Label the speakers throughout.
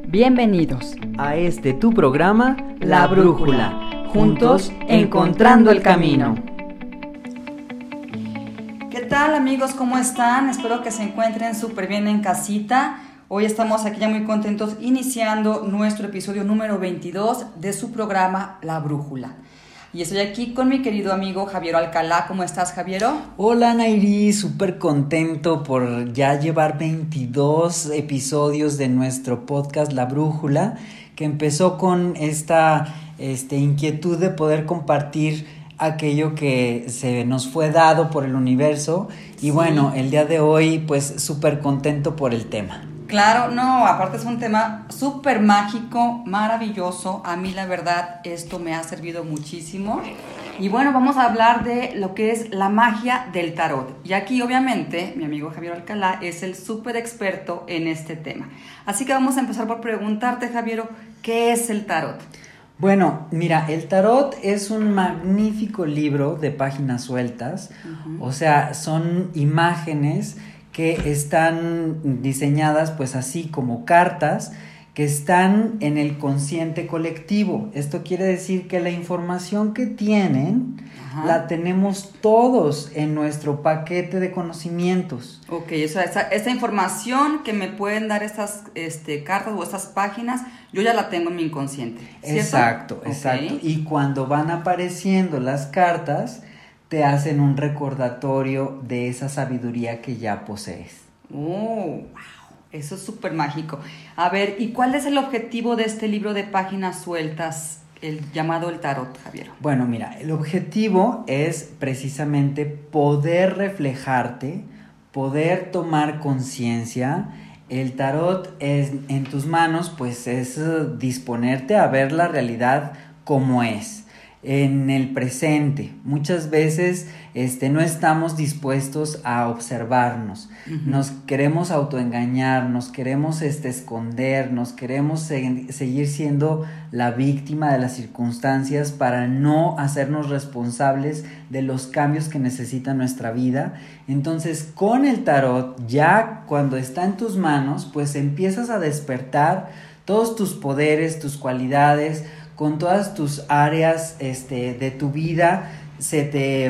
Speaker 1: Bienvenidos
Speaker 2: a este tu programa, La Brújula, juntos encontrando el camino.
Speaker 1: ¿Qué tal, amigos? ¿Cómo están? Espero que se encuentren súper bien en casita. Hoy estamos aquí ya muy contentos iniciando nuestro episodio número 22 de su programa La Brújula. Y estoy aquí con mi querido amigo Javiero Alcalá. ¿Cómo estás, Javiero?
Speaker 2: Hola, Nayri, súper contento por ya llevar 22 episodios de nuestro podcast La Brújula, que empezó con esta inquietud de poder compartir aquello que se nos fue dado por el universo. Y sí. Bueno, el día de hoy pues súper contento por el tema.
Speaker 1: Claro, no, aparte es un tema súper mágico, maravilloso. A mí la verdad esto me ha servido muchísimo. Y bueno, vamos a hablar de lo que es la magia del tarot. Y aquí obviamente mi amigo Javier Alcalá es el súper experto en este tema. Así que vamos a empezar por preguntarte, Javiero, ¿qué es el tarot?
Speaker 2: Bueno, mira, el tarot es un magnífico libro de páginas sueltas. Uh-huh. O sea, son imágenes que están diseñadas pues así como cartas que están en el consciente colectivo. Esto quiere decir que la información que tienen Ajá. la tenemos todos en nuestro paquete de conocimientos.
Speaker 1: Ok, o sea, esta información que me pueden dar estas cartas o estas páginas, yo ya la tengo en mi inconsciente, ¿cierto?
Speaker 2: Exacto, exacto. Okay. Y cuando van apareciendo las cartas, te hacen un recordatorio de esa sabiduría que ya posees.
Speaker 1: ¡Oh, wow! Eso es súper mágico. A ver, ¿y cuál es el objetivo de este libro de páginas sueltas, el llamado el tarot, Javier?
Speaker 2: Bueno, mira, el objetivo es precisamente poder reflejarte, poder tomar conciencia. El tarot es en tus manos, pues es disponerte a ver la realidad como es. En el presente, muchas veces no estamos dispuestos a observarnos, uh-huh. Nos queremos autoengañar, nos queremos esconder, nos queremos seguir siendo la víctima de las circunstancias para no hacernos responsables de los cambios que necesita nuestra vida. Entonces, con el tarot, ya cuando está en tus manos, pues empiezas a despertar todos tus poderes, tus cualidades, con todas tus áreas de tu vida se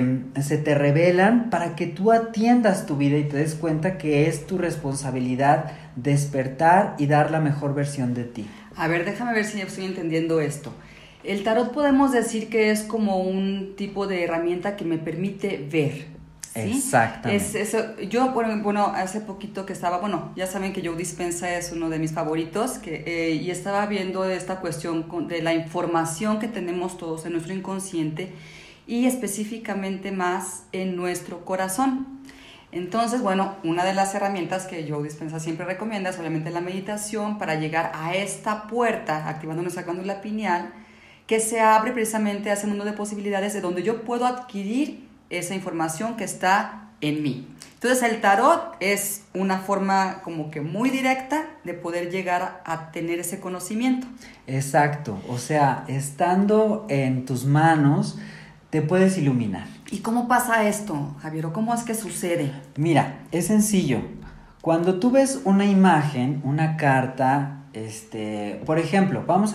Speaker 2: te revelan para que tú atiendas tu vida y te des cuenta que es tu responsabilidad despertar y dar la mejor versión de ti.
Speaker 1: A ver, déjame ver si estoy entendiendo esto. El tarot podemos decir que es como un tipo de herramienta que me permite ver. ¿Sí?
Speaker 2: Exactamente.
Speaker 1: Yo, bueno, hace poquito que estaba, ya saben que Joe Dispenza es uno de mis favoritos, y estaba viendo esta cuestión de la información que tenemos todos en nuestro inconsciente y específicamente más en nuestro corazón. Entonces, una de las herramientas que Joe Dispenza siempre recomienda es obviamente la meditación para llegar a esta puerta, activando nuestra glándula pineal, que se abre precisamente a ese mundo de posibilidades de donde yo puedo adquirir esa información que está en mí. Entonces el tarot es una forma como que muy directa de poder llegar a tener ese conocimiento.
Speaker 2: Exacto, o sea, estando en tus manos te puedes iluminar.
Speaker 1: ¿Y cómo pasa esto, Javier? ¿Cómo es que sucede?
Speaker 2: Mira, es sencillo. Cuando tú ves una imagen, una carta, por ejemplo, vamos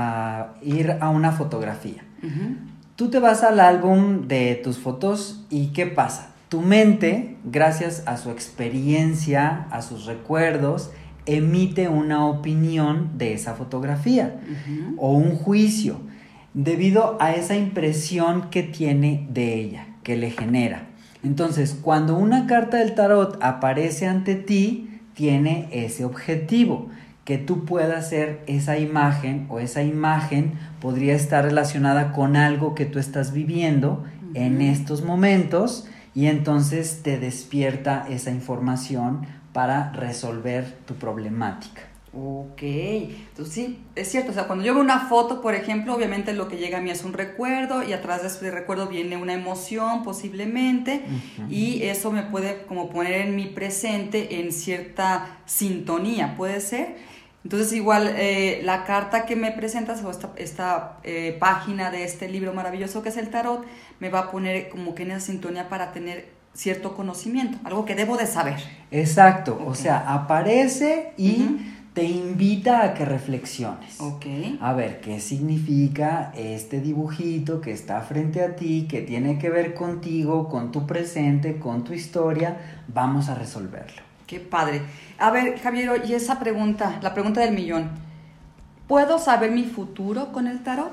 Speaker 2: a ir a una fotografía. Uh-huh. Tú te vas al álbum de tus fotos y ¿qué pasa? Tu mente, gracias a su experiencia, a sus recuerdos, emite una opinión de esa fotografía uh-huh. o un juicio debido a esa impresión que tiene de ella, que le genera. Entonces, cuando una carta del tarot aparece ante ti, tiene ese objetivo, que tú puedas ser esa imagen o esa imagen podría estar relacionada con algo que tú estás viviendo uh-huh. en estos momentos y entonces te despierta esa información para resolver tu problemática.
Speaker 1: Ok, entonces sí, es cierto, o sea, cuando yo veo una foto, por ejemplo, obviamente lo que llega a mí es un recuerdo y atrás de ese recuerdo viene una emoción posiblemente uh-huh. y eso me puede como poner en mi presente en cierta sintonía, ¿puede ser? Entonces igual la carta que me presentas o esta página de este libro maravilloso que es el tarot me va a poner como que en esa sintonía para tener cierto conocimiento, algo que debo de saber.
Speaker 2: Exacto, okay. O sea, aparece y uh-huh. te invita a que reflexiones.
Speaker 1: Ok.
Speaker 2: A ver, ¿qué significa este dibujito que está frente a ti, que tiene que ver contigo, con tu presente, con tu historia? Vamos a resolverlo.
Speaker 1: Qué padre. A ver, Javier, y esa pregunta, la pregunta del millón. ¿Puedo saber mi futuro con el tarot?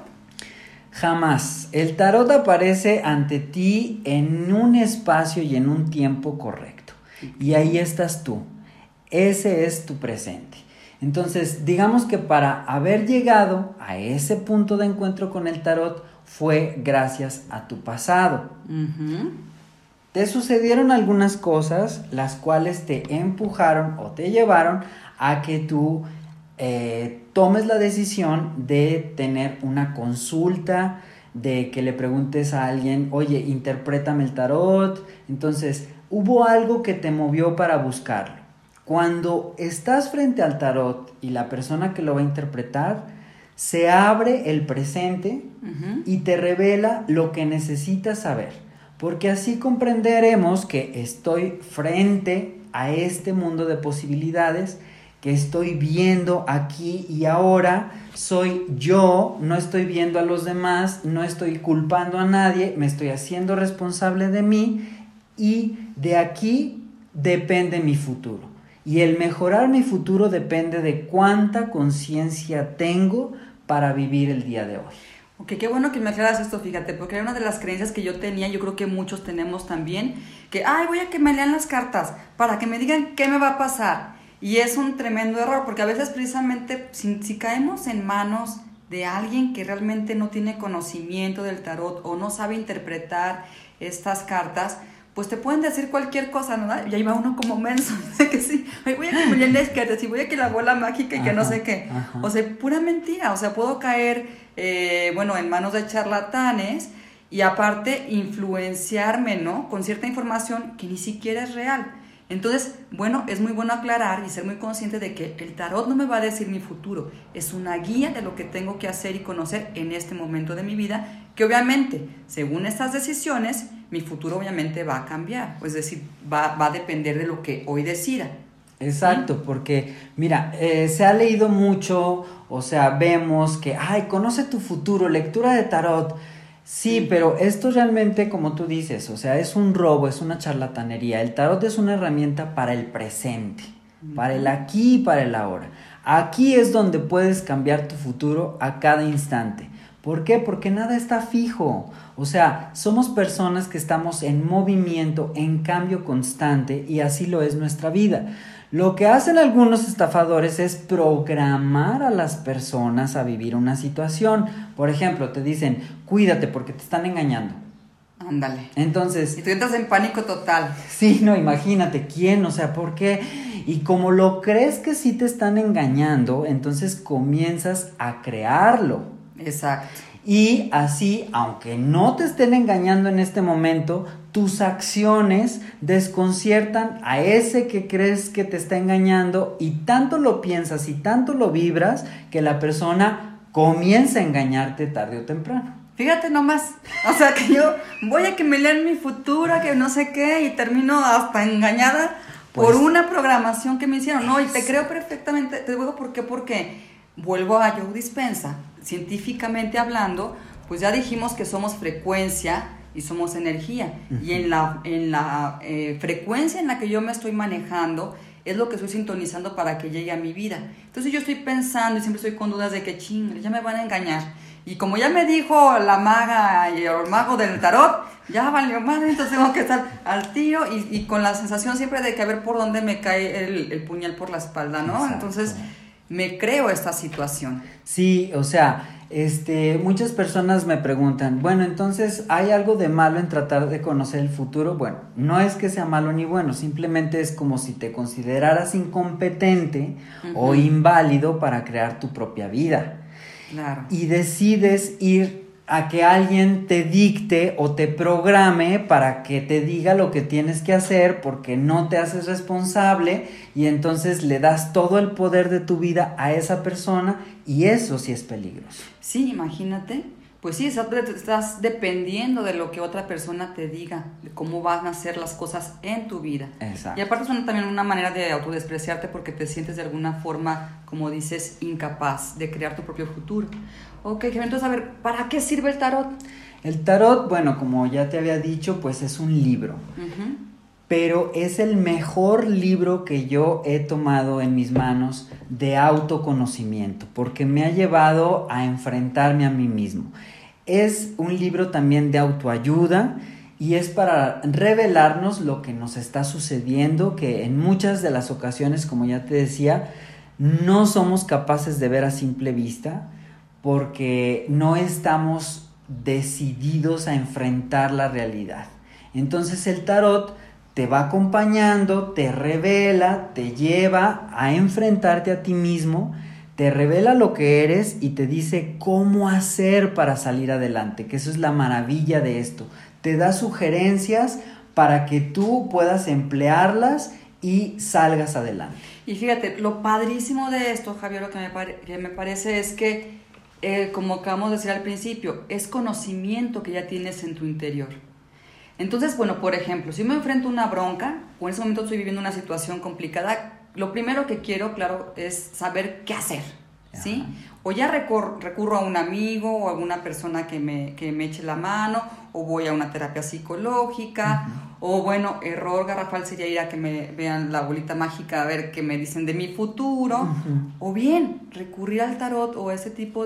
Speaker 2: Jamás. El tarot aparece ante ti en un espacio y en un tiempo correcto. Y ahí estás tú. Ese es tu presente. Entonces, digamos que para haber llegado a ese punto de encuentro con el tarot fue gracias a tu pasado.
Speaker 1: Uh-huh.
Speaker 2: Te sucedieron algunas cosas las cuales te empujaron o te llevaron a que tú tomes la decisión de tener una consulta, de que le preguntes a alguien, oye, interprétame el tarot. Entonces, hubo algo que te movió para buscarlo. Cuando estás frente al tarot y la persona que lo va a interpretar, se abre el presente
Speaker 1: Uh-huh.
Speaker 2: y te revela lo que necesitas saber. Porque así comprenderemos que estoy frente a este mundo de posibilidades que estoy viendo aquí y ahora. Soy yo, no estoy viendo a los demás, no estoy culpando a nadie, me estoy haciendo responsable de mí y de aquí depende mi futuro. Y el mejorar mi futuro depende de cuánta conciencia tengo para vivir el día de hoy.
Speaker 1: Ok, qué bueno que me aclaras esto, fíjate, porque era una de las creencias que yo tenía, yo creo que muchos tenemos también, que, voy a que me lean las cartas para que me digan qué me va a pasar. Y es un tremendo error, porque a veces precisamente si caemos en manos de alguien que realmente no tiene conocimiento del tarot o no sabe interpretar estas cartas, pues te pueden decir cualquier cosa, ¿no? Y ahí va uno como menso, dice que sí, voy a que me lean las cartas y voy a que la bola mágica y que no sé qué.
Speaker 2: Ajá.
Speaker 1: O sea, pura mentira, o sea, puedo caer, en manos de charlatanes y aparte influenciarme, ¿no? Con cierta información que ni siquiera es real. Entonces, es muy bueno aclarar y ser muy consciente de que el tarot no me va a decir mi futuro, es una guía de lo que tengo que hacer y conocer en este momento de mi vida, que obviamente, según estas decisiones, mi futuro obviamente va a cambiar, es decir, va a depender de lo que hoy decida.
Speaker 2: Exacto,
Speaker 1: ¿Sí?
Speaker 2: porque mira, se ha leído mucho, o sea, vemos que, conoce tu futuro, lectura de tarot. Sí, pero esto realmente, como tú dices, o sea, es un robo, es una charlatanería. El tarot es una herramienta para el presente, para el aquí y para el ahora. Aquí es donde puedes cambiar tu futuro a cada instante. ¿Por qué? Porque nada está fijo. O sea, somos personas que estamos en movimiento, en cambio constante, y así lo es nuestra vida. Lo que hacen algunos estafadores es programar a las personas a vivir una situación. Por ejemplo, te dicen, cuídate porque te están engañando.
Speaker 1: Ándale.
Speaker 2: Entonces...
Speaker 1: Y tú entras en pánico total.
Speaker 2: Sí, no, imagínate, ¿quién? O sea, ¿por qué? Y como lo crees que sí te están engañando, entonces comienzas a crearlo.
Speaker 1: Exacto.
Speaker 2: Y así, aunque no te estén engañando en este momento, tus acciones desconciertan a ese que crees que te está engañando y tanto lo piensas y tanto lo vibras que la persona comienza a engañarte tarde o temprano.
Speaker 1: Fíjate nomás, o sea que yo voy a que me lean mi futuro, que no sé qué, y termino hasta engañada por una programación que me hicieron. No, y te creo perfectamente, te digo por qué, porque vuelvo a Joe Dispenza, científicamente hablando, pues ya dijimos que somos frecuencia y somos energía, y en la frecuencia en la que yo me estoy manejando es lo que estoy sintonizando para que llegue a mi vida. Entonces yo estoy pensando y siempre estoy con dudas de que ya me van a engañar, y como ya me dijo la maga y el mago del tarot, ya valió madre, entonces tengo que estar al tiro y con la sensación siempre de que a ver por dónde me cae el puñal por la espalda, ¿no?
Speaker 2: Exacto.
Speaker 1: Entonces me creo esta situación.
Speaker 2: Sí, o sea, muchas personas me preguntan, bueno, entonces, ¿hay algo de malo en tratar de conocer el futuro? Bueno, no es que sea malo ni bueno, simplemente es como si te consideraras incompetente o inválido para crear tu propia vida.
Speaker 1: Claro.
Speaker 2: Y decides ir a que alguien te dicte o te programe para que te diga lo que tienes que hacer porque no te haces responsable y entonces le das todo el poder de tu vida a esa persona y eso sí es peligroso.
Speaker 1: Sí, imagínate. Pues sí, estás dependiendo de lo que otra persona te diga, de cómo van a ser las cosas en tu vida.
Speaker 2: Exacto.
Speaker 1: Y aparte es también una manera de autodespreciarte porque te sientes de alguna forma, como dices, incapaz de crear tu propio futuro. Ok, entonces a ver, ¿para qué sirve el tarot?
Speaker 2: El tarot, bueno, como ya te había dicho, pues es un libro.
Speaker 1: Uh-huh.
Speaker 2: Pero es el mejor libro que yo he tomado en mis manos de autoconocimiento, porque me ha llevado a enfrentarme a mí mismo. Es un libro también de autoayuda y es para revelarnos lo que nos está sucediendo, que en muchas de las ocasiones, como ya te decía, no somos capaces de ver a simple vista, porque no estamos decididos a enfrentar la realidad. Entonces el tarot te va acompañando, te revela, te lleva a enfrentarte a ti mismo, te revela lo que eres y te dice cómo hacer para salir adelante, que eso es la maravilla de esto. Te da sugerencias para que tú puedas emplearlas y salgas adelante.
Speaker 1: Y fíjate, lo padrísimo de esto, Javier, lo que me parece es que, como acabamos de decir al principio, es conocimiento que ya tienes en tu interior. Entonces, bueno, por ejemplo, si me enfrento a una bronca o en ese momento estoy viviendo una situación complicada, lo primero que quiero, claro, es saber qué hacer, ¿sí? O ya recurro a un amigo o a alguna persona que me eche la mano, o voy a una terapia psicológica, o bueno, error garrafal sería ir a que me vean la bolita mágica a ver qué me dicen de mi futuro, o bien recurrir al tarot o ese tipo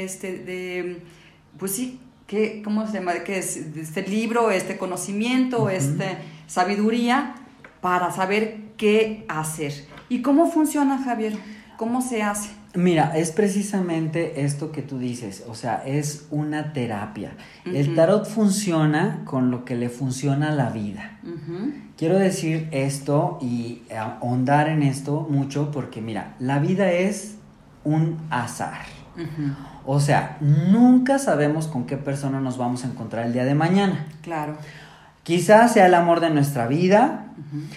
Speaker 1: de pues sí, ¿cómo se llama? ¿Qué es? Este libro, este conocimiento, sabiduría para saber qué hacer. ¿Y cómo funciona, Javier? ¿Cómo se hace?
Speaker 2: Mira, es precisamente esto que tú dices, o sea, es una terapia. El tarot funciona con lo que le funciona a la vida. Quiero decir esto y ahondar en esto mucho porque, mira, la vida es un azar. O sea, nunca sabemos con qué persona nos vamos a encontrar el día de mañana.
Speaker 1: Claro.
Speaker 2: Quizás sea el amor de nuestra vida,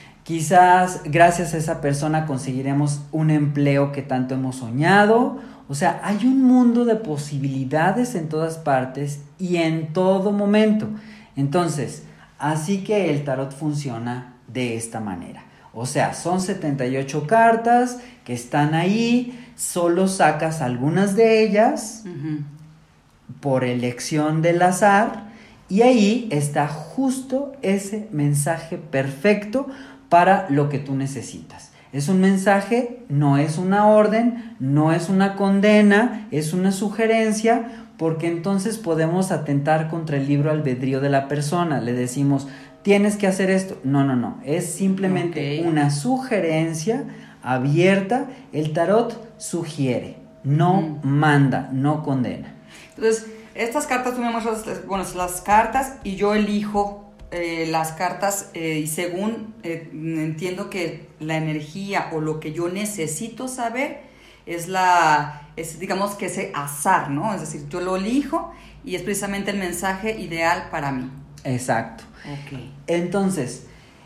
Speaker 2: quizás gracias a esa persona conseguiremos un empleo que tanto hemos soñado. O sea, hay un mundo de posibilidades en todas partes y en todo momento. Entonces, así que el tarot funciona de esta manera. O sea, son 78 cartas que están ahí, solo sacas algunas de ellas por elección del azar y ahí está justo ese mensaje perfecto para lo que tú necesitas. Es un mensaje, no es una orden, no es una condena, es una sugerencia, porque entonces podemos atentar contra el libre albedrío de la persona. Le decimos, tienes que hacer esto. No, es simplemente una sugerencia abierta. El tarot sugiere, no manda, no condena.
Speaker 1: Entonces, estas cartas tú me muestras, bueno, las cartas y yo elijo las cartas y según entiendo que la energía o lo que yo necesito saber es digamos que ese azar, ¿no? Es decir, yo lo elijo y es precisamente el mensaje ideal para mí.
Speaker 2: Exacto.
Speaker 1: Okay.
Speaker 2: Entonces,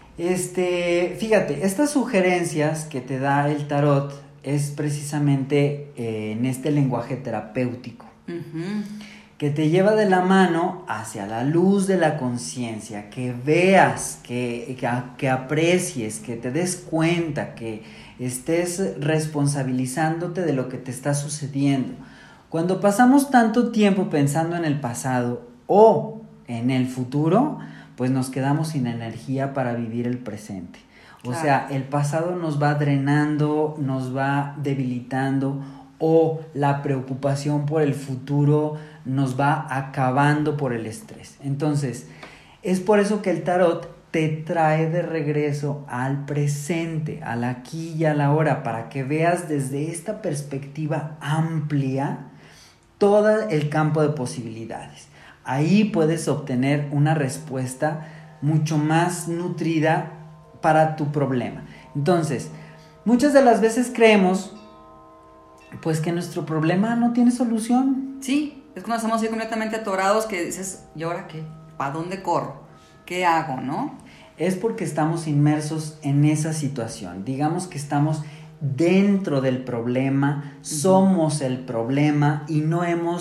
Speaker 2: fíjate, estas sugerencias que te da el tarot es precisamente en este lenguaje terapéutico. Que te lleva de la mano hacia la luz de la conciencia, que veas, que aprecies, que te des cuenta, que estés responsabilizándote de lo que te está sucediendo. Cuando pasamos tanto tiempo pensando en el pasado o en el futuro, pues nos quedamos sin energía para vivir el presente. O sea, el pasado nos va drenando, nos va debilitando, o la preocupación por el futuro nos va acabando por el estrés. Entonces, es por eso que el tarot te trae de regreso al presente, al aquí y a la ahora, para que veas desde esta perspectiva amplia todo el campo de posibilidades. Ahí puedes obtener una respuesta mucho más nutrida para tu problema. Entonces, muchas de las veces creemos pues que nuestro problema no tiene solución.
Speaker 1: Sí, es cuando estamos así completamente atorados que dices, ¿y ahora qué? ¿Para dónde corro? ¿Qué hago, no?
Speaker 2: Es porque estamos inmersos en esa situación. Digamos que estamos dentro del problema, somos el problema y no hemos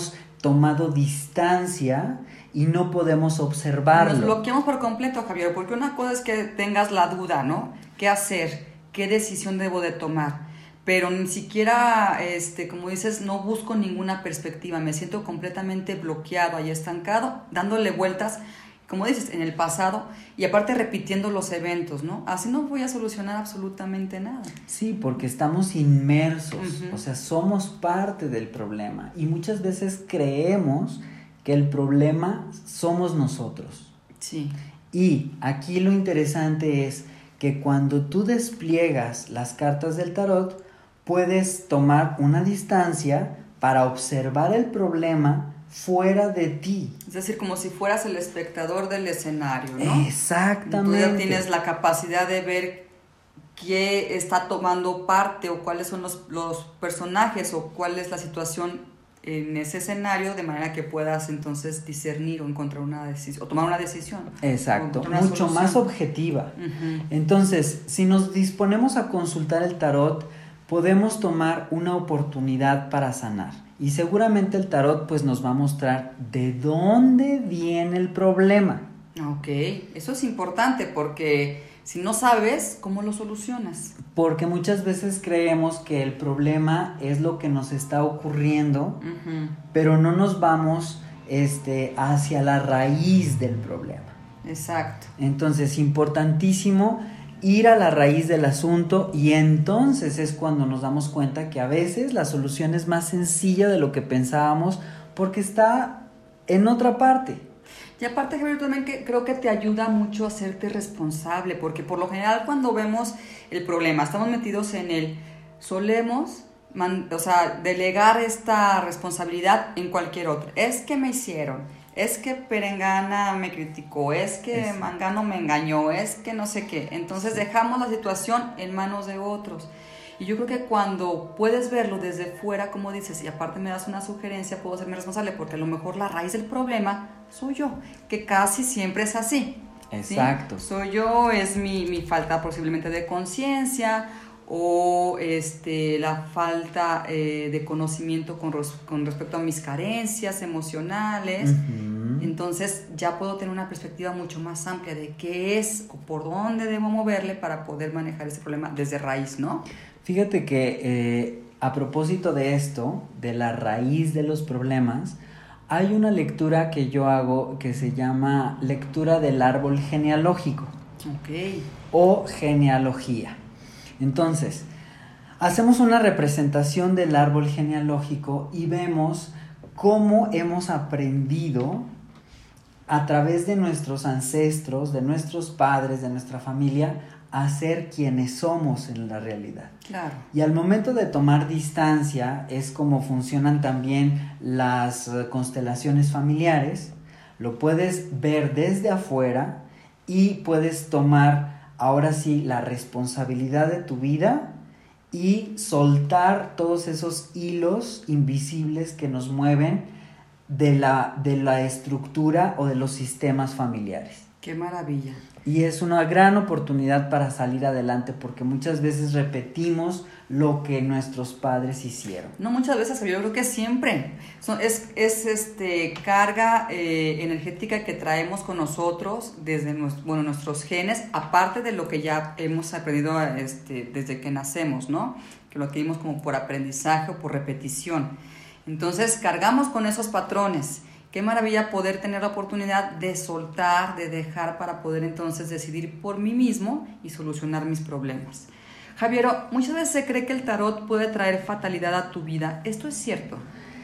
Speaker 2: tomado distancia y no podemos observarlo.
Speaker 1: Nos bloqueamos por completo, Javier, porque una cosa es que tengas la duda, ¿no? ¿Qué hacer? ¿Qué decisión debo de tomar? Pero ni siquiera, como dices, no busco ninguna perspectiva, me siento completamente bloqueado, ahí estancado, dándole vueltas, como dices, en el pasado, y aparte repitiendo los eventos, ¿no? Así no voy a solucionar absolutamente nada.
Speaker 2: Sí, porque estamos inmersos,
Speaker 1: Uh-huh.
Speaker 2: o sea, somos parte del problema, y muchas veces creemos que el problema somos nosotros.
Speaker 1: Sí.
Speaker 2: Y aquí lo interesante es que cuando tú despliegas las cartas del tarot, puedes tomar una distancia para observar el problema fuera de ti.
Speaker 1: Es decir, como si fueras el espectador del escenario, ¿no?
Speaker 2: Exactamente.
Speaker 1: Tú ya tienes la capacidad de ver qué está tomando parte o cuáles son los personajes o cuál es la situación en ese escenario, de manera que puedas entonces discernir o encontrar una decisión o tomar una decisión.
Speaker 2: Exacto,
Speaker 1: una
Speaker 2: mucho
Speaker 1: solución
Speaker 2: más objetiva.
Speaker 1: Uh-huh.
Speaker 2: Entonces, si nos disponemos a consultar el tarot, podemos tomar una oportunidad para sanar. Y seguramente el tarot pues nos va a mostrar de dónde viene el problema.
Speaker 1: Ok, eso es importante porque si no sabes, ¿cómo lo solucionas?
Speaker 2: Porque muchas veces creemos que el problema es lo que nos está ocurriendo,
Speaker 1: Uh-huh.
Speaker 2: pero no nos vamos hacia la raíz del problema.
Speaker 1: Exacto.
Speaker 2: Entonces, importantísimo ir a la raíz del asunto, y entonces es cuando nos damos cuenta que a veces la solución es más sencilla de lo que pensábamos porque está en otra parte.
Speaker 1: Y aparte, Javier, también que creo que te ayuda mucho a hacerte responsable, porque por lo general cuando vemos el problema, estamos metidos en él, solemos delegar esta responsabilidad en cualquier otro. Es que me hicieron, es que Perengana me criticó, es que Mangano me engañó, es que no sé qué. Entonces dejamos la situación en manos de otros. Y yo creo que cuando puedes verlo desde fuera, como dices, y aparte me das una sugerencia, puedo serme responsable, porque a lo mejor la raíz del problema soy yo, que casi siempre es así.
Speaker 2: Exacto.
Speaker 1: ¿Sí? Soy yo, es mi falta posiblemente de conciencia, o la falta de conocimiento con respecto a mis carencias emocionales.
Speaker 2: Uh-huh.
Speaker 1: Entonces ya puedo tener una perspectiva mucho más amplia de qué es o por dónde debo moverle para poder manejar ese problema desde raíz, ¿no?
Speaker 2: Fíjate que a propósito de esto, de la raíz de los problemas, hay una lectura que yo hago que se llama lectura del árbol genealógico.
Speaker 1: Ok.
Speaker 2: O genealogía. Entonces, hacemos una representación del árbol genealógico y vemos cómo hemos aprendido a través de nuestros ancestros, de nuestros padres, de nuestra familia, a ser quienes somos en la realidad.
Speaker 1: Claro.
Speaker 2: Y al momento de tomar distancia es como funcionan también las constelaciones familiares. Lo puedes ver desde afuera y puedes tomar ahora sí la responsabilidad de tu vida y soltar todos esos hilos invisibles que nos mueven de la estructura o de los sistemas familiares.
Speaker 1: Qué maravilla.
Speaker 2: Y es una gran oportunidad para salir adelante, porque muchas veces repetimos lo que nuestros padres hicieron.
Speaker 1: No, muchas veces, yo creo que siempre. Es carga energética que traemos con nosotros desde nuestros genes, aparte de lo que ya hemos aprendido desde que nacemos, ¿no? Que lo adquirimos como por aprendizaje o por repetición. Entonces, cargamos con esos patrones. Qué maravilla poder tener la oportunidad de soltar, de dejar, para poder entonces decidir por mí mismo y solucionar mis problemas. Javiero, muchas veces se cree que el tarot puede traer fatalidad a tu vida. ¿Esto es cierto?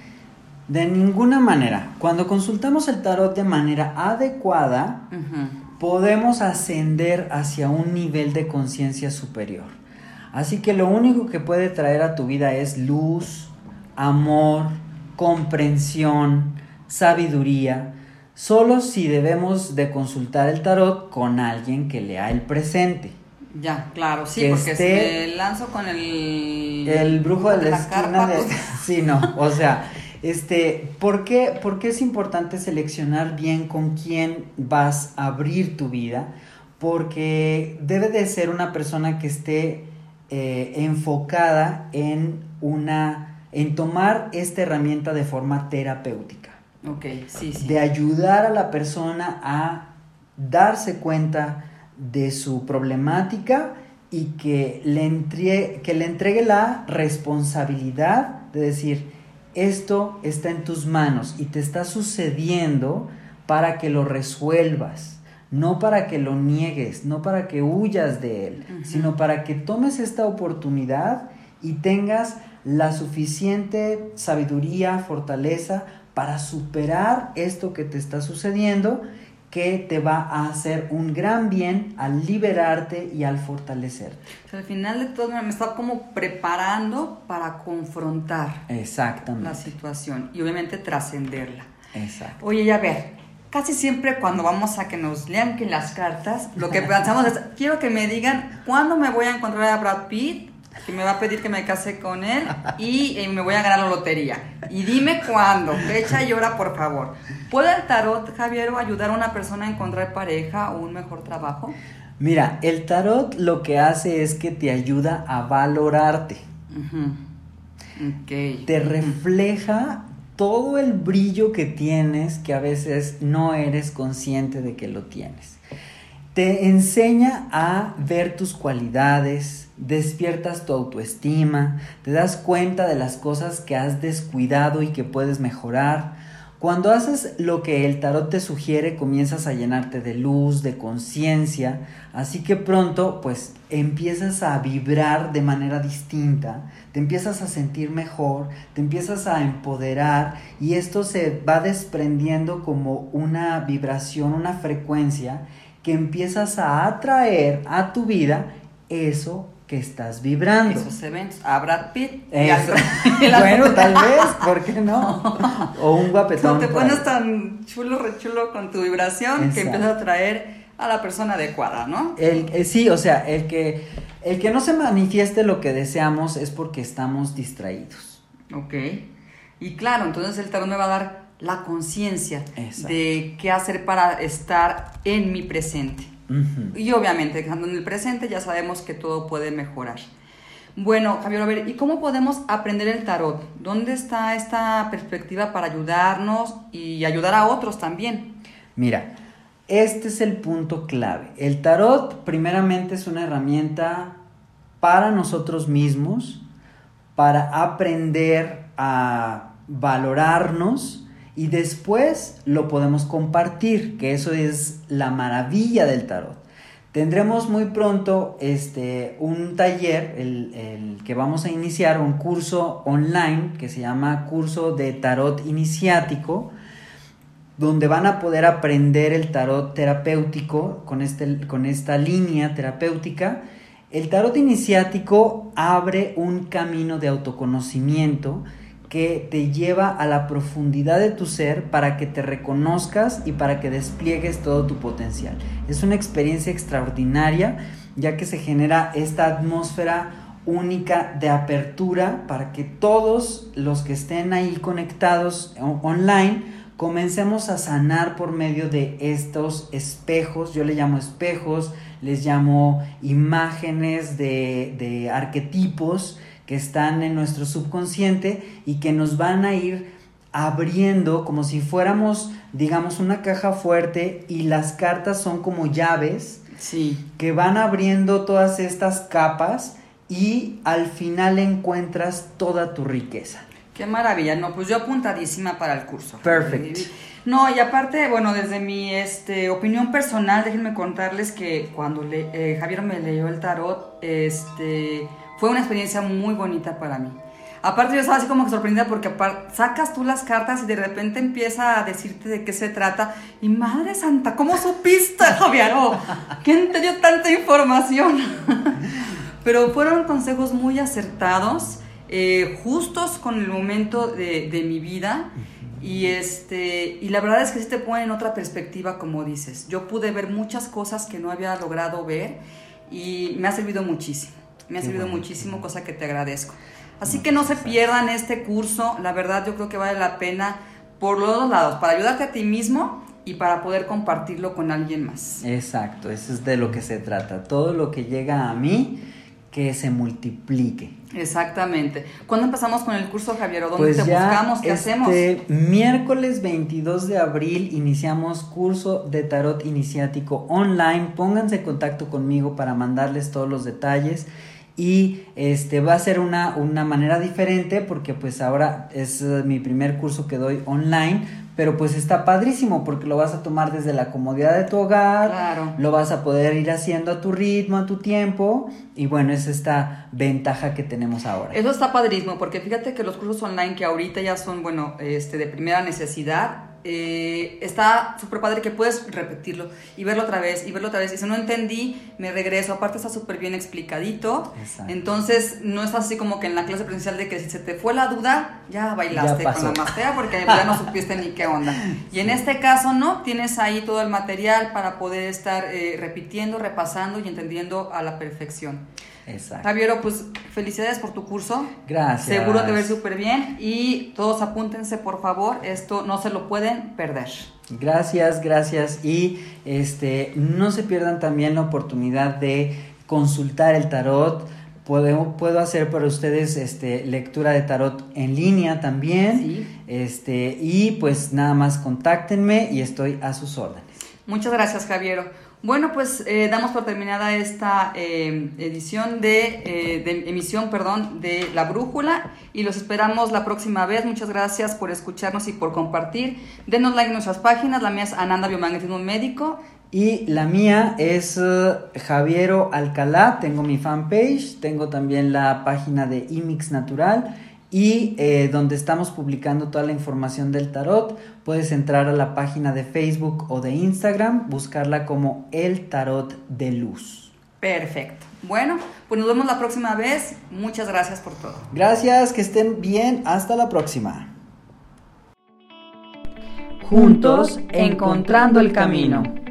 Speaker 2: De ninguna manera. Cuando consultamos el tarot de manera adecuada, podemos ascender hacia un nivel de conciencia superior. Así que lo único que puede traer a tu vida es luz, amor, comprensión, sabiduría, solo si debemos de consultar el tarot con alguien que lea el presente.
Speaker 1: Ya, claro, sí,
Speaker 2: que
Speaker 1: porque si me lanzo con
Speaker 2: el brujo de la esquina
Speaker 1: carpa, pues...
Speaker 2: Sí, no, o sea, ¿por qué es importante seleccionar bien con quién vas a abrir tu vida? Porque debe de ser una persona que esté enfocada en tomar esta herramienta de forma terapéutica.
Speaker 1: Ok, sí, sí.
Speaker 2: De ayudar a la persona a darse cuenta de su problemática y que le entregue la responsabilidad de decir, esto está en tus manos y te está sucediendo para que lo resuelvas, no para que lo niegues, no para que huyas de él, sino para que tomes esta oportunidad y tengas la suficiente sabiduría, fortaleza para superar esto que te está sucediendo, que te va a hacer un gran bien al liberarte y al fortalecerte.
Speaker 1: O sea, al final de todo me estaba como preparando para confrontar
Speaker 2: Exactamente
Speaker 1: la situación y obviamente trascenderla.
Speaker 2: Exacto.
Speaker 1: Oye, ya ver, casi siempre cuando vamos a que nos lean que las cartas, lo que pensamos es, quiero que me digan cuándo me voy a encontrar a Brad Pitt, que me va a pedir que me case con él y me voy a ganar la lotería. Y dime cuándo, fecha y hora, por favor. ¿Puede el tarot, Javier, ayudar a una persona a encontrar pareja o un mejor trabajo?
Speaker 2: Mira, el tarot lo que hace es que te ayuda a valorarte.
Speaker 1: Okay.
Speaker 2: Te refleja todo el brillo que tienes, que a veces no eres consciente de que lo tienes. Te enseña a ver tus cualidades, despiertas tu autoestima, te das cuenta de las cosas que has descuidado y que puedes mejorar. Cuando haces lo que el tarot te sugiere, comienzas a llenarte de luz, de conciencia, así que pronto pues empiezas a vibrar de manera distinta, te empiezas a sentir mejor, te empiezas a empoderar y esto se va desprendiendo como una vibración, una frecuencia que empiezas a atraer a tu vida eso que estás vibrando.
Speaker 1: Esos eventos, a Brad Pitt.
Speaker 2: Bueno, tal vez, ¿por qué no? O un guapetón.
Speaker 1: No te pones tan chulo, rechulo con tu vibración. Exacto. Que empiezas a atraer a la persona adecuada, ¿no?
Speaker 2: Sí, o sea, el que no se manifieste lo que deseamos es porque estamos distraídos.
Speaker 1: Ok. Y claro, entonces el tarot me va a dar la conciencia de qué hacer para estar en mi presente. Y obviamente, estando en el presente, ya sabemos que todo puede mejorar. Bueno, Javier, a ver, ¿y cómo podemos aprender el tarot? ¿Dónde está esta perspectiva para ayudarnos y ayudar a otros también?
Speaker 2: Mira, este es el punto clave. El tarot, primeramente, es una herramienta para nosotros mismos, para aprender a valorarnos, y después lo podemos compartir, que eso es la maravilla del tarot. Tendremos muy pronto un taller, el que vamos a iniciar, un curso online que se llama Curso de Tarot Iniciático, donde van a poder aprender el tarot terapéutico con esta línea terapéutica. El tarot iniciático abre un camino de autoconocimiento que te lleva a la profundidad de tu ser para que te reconozcas y para que despliegues todo tu potencial. Es una experiencia extraordinaria, ya que se genera esta atmósfera única de apertura para que todos los que estén ahí conectados online comencemos a sanar por medio de estos espejos. Yo le llamo espejos, les llamo imágenes de arquetipos que están en nuestro subconsciente y que nos van a ir abriendo como si fuéramos, digamos, una caja fuerte, y las cartas son como llaves que van abriendo todas estas capas y al final encuentras toda tu riqueza.
Speaker 1: ¡Qué maravilla! No, pues yo apuntadísima para el curso.
Speaker 2: Perfecto.
Speaker 1: No, y aparte, bueno, desde mi opinión personal, déjenme contarles que cuando Javier me leyó el tarot, fue una experiencia muy bonita para mí. Aparte yo estaba así como que sorprendida porque sacas tú las cartas y de repente empieza a decirte de qué se trata. Y madre santa, ¿cómo supiste, Javier? ¿Quién te dio tanta información? Pero fueron consejos muy acertados, justos con el momento de mi vida. Y la verdad es que sí te ponen en otra perspectiva, como dices. Yo pude ver muchas cosas que no había logrado ver y me ha servido muchísimo. Me ha servido muchísimo, cosa que te agradezco. Así que no se pierdan este curso. La verdad, yo creo que vale la pena por los dos lados, para ayudarte a ti mismo y para poder compartirlo con alguien más.
Speaker 2: Exacto, eso es de lo que se trata. Todo lo que llega a mí, que se multiplique.
Speaker 1: Exactamente. ¿Cuándo empezamos con el curso, Javier? ¿O dónde
Speaker 2: Pues
Speaker 1: te
Speaker 2: ya
Speaker 1: buscamos? ¿Qué hacemos?
Speaker 2: Miércoles 22 de abril iniciamos curso de tarot iniciático online. Pónganse en contacto conmigo para mandarles todos los detalles. Y va a ser una manera diferente porque pues ahora es mi primer curso que doy online, pero pues está padrísimo porque lo vas a tomar desde la comodidad de tu hogar,
Speaker 1: Claro.
Speaker 2: Lo vas a poder ir haciendo a tu ritmo, a tu tiempo, y bueno, es esta ventaja que tenemos ahora.
Speaker 1: Eso está padrísimo, porque fíjate que los cursos online que ahorita ya son, bueno, de primera necesidad, está súper padre que puedes repetirlo y verlo otra vez y verlo otra vez, y si no entendí, me regreso. Aparte está súper bien explicadito.
Speaker 2: Exacto.
Speaker 1: Entonces no es así como que en la clase presencial de que si se te fue la duda, ya bailaste
Speaker 2: Ya
Speaker 1: con la más fea porque ya no supiste ni qué onda. Y en este caso no, tienes ahí todo el material para poder estar repitiendo, repasando y entendiendo a la perfección.
Speaker 2: Exacto.
Speaker 1: Javiero, pues felicidades por tu curso.
Speaker 2: Gracias.
Speaker 1: Seguro te ves súper bien y todos apúntense, por favor, esto no se lo pueden perder.
Speaker 2: Gracias, gracias. Y no se pierdan también la oportunidad de consultar el tarot. Puedo hacer para ustedes lectura de tarot en línea también.
Speaker 1: Sí.
Speaker 2: Y pues nada más contáctenme y estoy a sus órdenes.
Speaker 1: Muchas gracias, Javiero. Bueno, pues damos por terminada esta emisión de La Brújula, y los esperamos la próxima vez. Muchas gracias por escucharnos y por compartir. Denos like en nuestras páginas. La mía es Ananda Biomagnetismo Médico.
Speaker 2: Y la mía es Javiero Alcalá. Tengo mi fanpage, tengo también la página de Imix Natural, y donde estamos publicando toda la información del tarot. Puedes entrar a la página de Facebook o de Instagram, buscarla como El Tarot de Luz.
Speaker 1: Perfecto. Bueno, pues nos vemos la próxima vez. Muchas gracias por todo.
Speaker 2: Gracias, que estén bien. Hasta la próxima. Juntos, encontrando el camino.